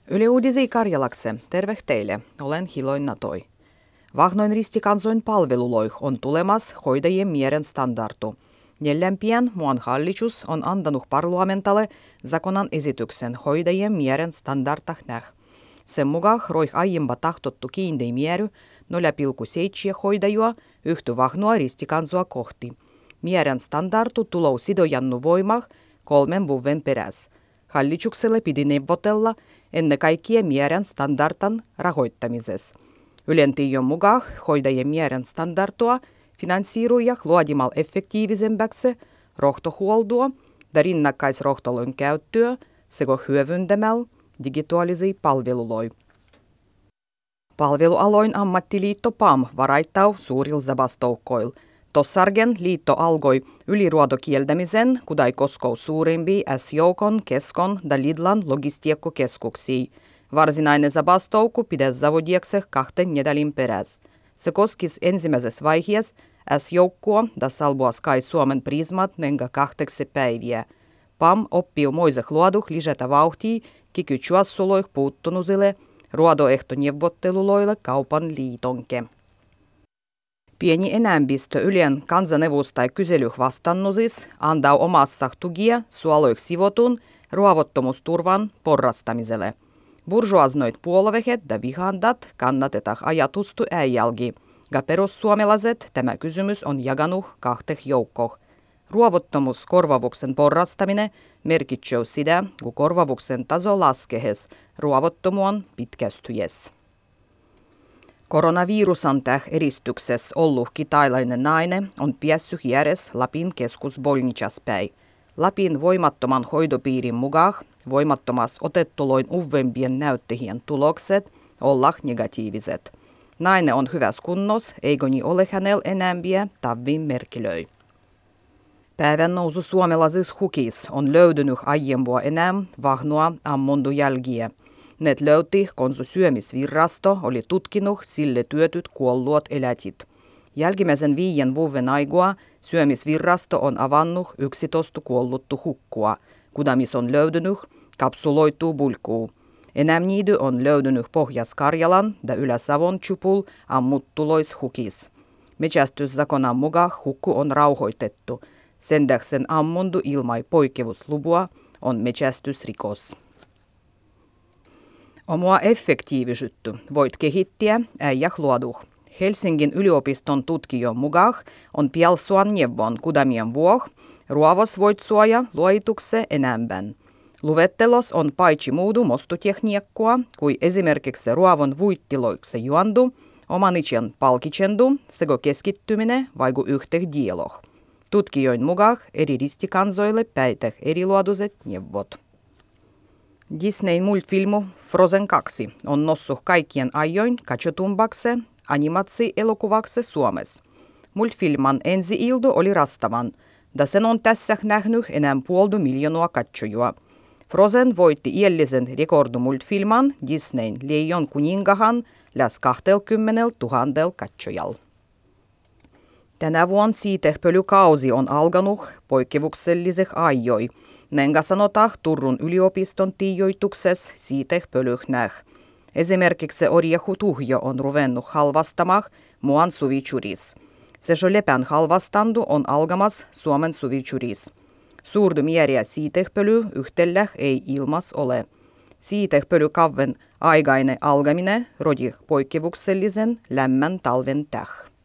Yle Uudisi Karjalakse, terve teille, olen Hiloin Natoi. Vahnoin ristikansoin palveluloih on tulemas hoidajien mieren standardu. Neljän muun hallitus on antanut parlamentalle zakonan esityksen hoidajien mieren standardах näh. Sen mukaan roih aiempa tahtottu kiindei miery 0,7 hoidajua yhtä vahnoa ristikansoa kohti. Mieren standardu tulou sidojannu voimah 3 vuoden peräs. Hallitukselle pidi neuvotella ennen kaikkea mieren standardan rahoittamisessa. Ylentiijon mukaan hoidajien mieren standardua finanssiiruja luodimal effektiivisempäksi rohtohuoldua ja rinnakkaisrohtolon käyttöä sekä hyödyntämällä digitaalisia palveluloi. Palvelualoin ammattiliitto PAM varaittau suuril zabastoukkoil. Tossargen liitto algoi yliruodokieltämisen, kudai koskou suurimpi S-joukon, keskon ja Lidlan logistiikkokeskuksia. Varsinainen zabastoukku pitäisi zavodiakseh 2 nedälin peräs. Se koskisi ensimmäisessä vaiheessa S-joukkua ja salbuas kai Suomen Prismat nenga 2 päiviä. PAM oppii moiseh luoduh lisätä vauhtia kiky-chuassuloih puuttunusille ruodoehtoneuvotteluloille kaupan liitonke. Pieni enemmistö Ylen kansanedustajia kyselyh vastannusis andau omassa tukia suoloih sivotun ruovottomuusturvan porrastamiselle. Burjuasnoit puoluehet ja vihandat kannatetah ajatustu äijälgi, ja perussuomalaiset tämä kysymys on jaganut 2 joukkoh. Ruovottomuuskorvavuksen porrastaminen merkitsee sitä, kun korvavuksen taso laskehes ruovottomuun pitkästyjes. Koronavirusan eristyksessä ollut kitailainen nainen on päässyt järjes Lapin keskusbolnichaspäin. Lapin voimattoman hoidopiirin mukaan voimattomas otettuloin uudempien näyttäjien tulokset olla negatiiviset. Nainen on hyvässä kunnossa, eikö niin ole hänellä enämpiä tavin merkilöi. Päivän nousu suomalaisissa hukis on löydynyt aiempua enää vahnoa ammondujälkiä. Net löyti, kun syömisvirrasto oli tutkinut sille työtyt kuolluot elätit. Jälkimmäisen 5 vuoden aigua syömisvirrasto on avannut 11 kuolluttu hukkua, kudamis on löydynyt kapsuloituu bulkuu. Enää niitä on löydynyt Pohjas-Karjalan ja Ylä-Savon chupul ammuttulois hukis. Metsästyszakonan mukaan hukku on rauhoitettu. Sen tähden ammundu ilmai poikkeuslupua on metsästysrikos. Omaa effektiivisyyttä voit kehittää äijäh luoduh. Helsingin yliopiston tutkijon mukaan on pialsuan neuvon kudamien vuoh, ruovos voit suoja luoitukse enemmän. Luvettelos on paitsi muudu mostotekniikkoa, kuin esimerkiksi ruovon vuittiloikse juondu, omanitsen palkitsendu sekä keskittyminen vaiku yhteen dialoh. Tutkijoin mukaan eri ristikansoille päiteh eriluoduiset neuvot. Disneyn multfilmu Frozen 2 on noussut kaikkien ajoin katsotumbaksi animatsi-elokuvaksi Suomessa. Multfilman ensi-ildu oli rastavan, ja sen on tässä nähnyt enää 500 000 katsojua. Frozen voitti iällisen rekordumultfilman Disneyn Leijon kuningahan läs 20 000 katsojalla. Tänä vuonna siitehpölykausi on alkanut poikkeukselliseh ajoi. Nenga sanotaan Turun yliopiston tiijoituksessa siitehpölyh näh. Esimerkiksi orjehu tuhjo on ruvennut halvastamah muan suvichuris. Se jo lepän halvastandu on alkamas Suomen suvichuris. Suurdu määriä siitehpöly yhtellä ei ilmas ole. Siitehpölykauden aikainen alkaminen rodi poikkeuksellisen lämmän talven täh.